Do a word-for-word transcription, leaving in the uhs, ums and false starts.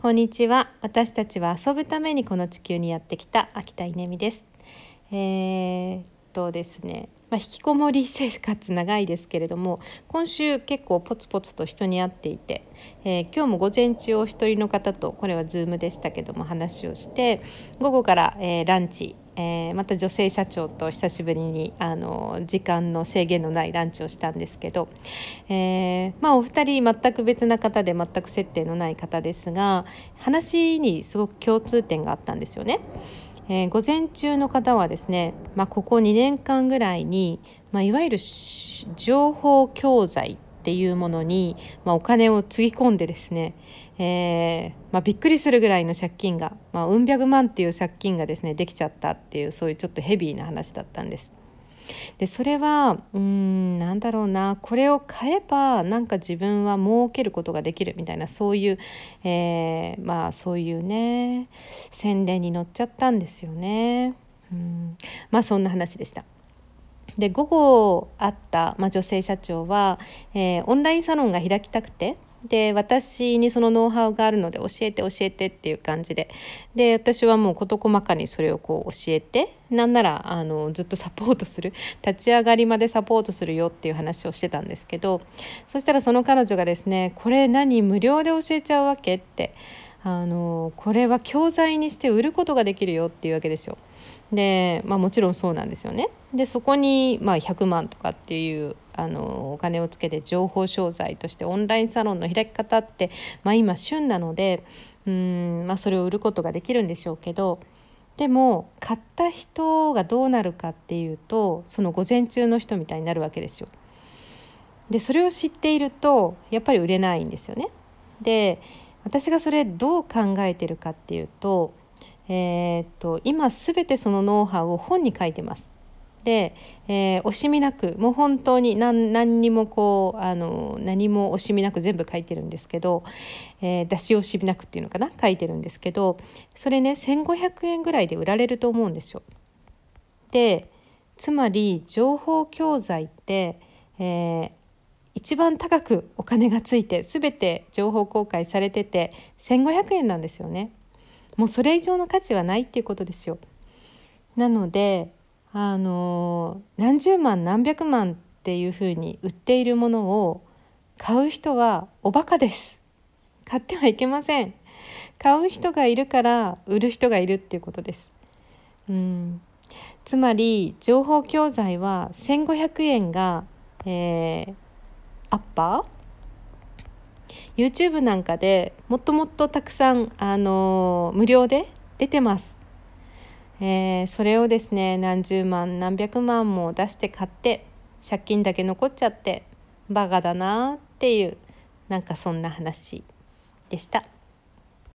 こんにちは。私たちは遊ぶためにこの地球にやってきた秋田稲美です。えー、っとですね、まあ、引きこもり生活長いですけれども、今週結構ポツポツと人に会っていて、えー、今日も午前中お一人の方と、これはズームでしたけども話をして、午後から、えー、ランチ、えー、また女性社長と久しぶりにあの時間の制限のないランチをしたんですけど、えーまあ、お二人全く別な方で全く接点のない方ですが、話にすごく共通点があったんですよね。えー、午前中の方はですね、まあ、ここにねんかんぐらいに、まあ、いわゆる情報教材っていうものに、まあ、お金をつぎ込んでですね、えーまあ、びっくりするぐらいの借金が、まあ、うん百万っていう借金がですねできちゃったっていう、そういうちょっとヘビーな話だったんです。でそれはうーんなんだろうな、これを買えばなんか自分は儲けることができるみたいな、そういう、えー、まあそういうね宣伝に乗っちゃったんですよね。うんまあそんな話でした。で午後会った、まあ、女性社長は、えーオンラインサロンが開きたくて、で私にそのノウハウがあるので教えて教えてっていう感じで、で私はもう事細かにそれをこう教えて、なんならあのずっとサポートする、立ち上がりまでサポートするよっていう話をしてたんですけど、そしたらその彼女がですね、これ何無料で教えちゃうわけって、あのこれは教材にして売ることができるよっていうわけですよ。で、まあ、もちろんそうなんですよね。でそこに、まあ、ひゃくまんとかっていうあのお金をつけて情報商材としてオンラインサロンの開き方って、まあ、今旬なのでうーん、まあ、それを売ることができるんでしょうけど、でも買った人がどうなるかっていうと、その午前中の人みたいになるわけですよ。でそれを知っているとやっぱり売れないんですよね。で私がそれどう考えてるかっていうと、えーっと今すべてそのノウハウを本に書いてます。で、えー惜しみなく、もう本当に何、何にもこうあの何も惜しみなく全部書いてるんですけど、えー出し惜しみなくっていうのかな、書いてるんですけど、それねせんごひゃくえんぐらいで売られると思うんですよ。でつまり情報教材って、えー一番高くお金がついて全て情報公開されててせんごひゃくえんなんですよね。もうそれ以上の価値はないっていうことですよ。なのであの何十万何百万っていうふうに売っているものを買う人はおバカです。買ってはいけません。買う人がいるから売る人がいるっていうことです。うんつまり情報教材はせんごひゃくえんが、えーアッパー YouTube なんかでもっともっとたくさん、あのー無料で出てます。えーそれをですね何十万何百万も出して買って借金だけ残っちゃってバカだなっていう、なんかそんな話でした。